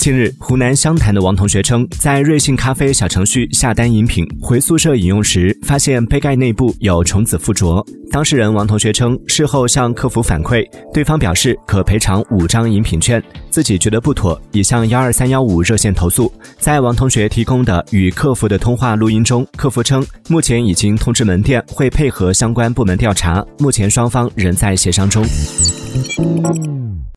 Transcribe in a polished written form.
近日，湖南湘潭的王同学称，在瑞幸咖啡小程序下单饮品，回宿舍饮用时，发现杯盖内部有虫子附着。当事人王同学称，事后向客服反馈，对方表示可赔偿5张饮品券，自己觉得不妥，已向12315热线投诉。在王同学提供的与客服的通话录音中，客服称，目前已经通知门店，会配合相关部门调查，目前双方仍在协商中。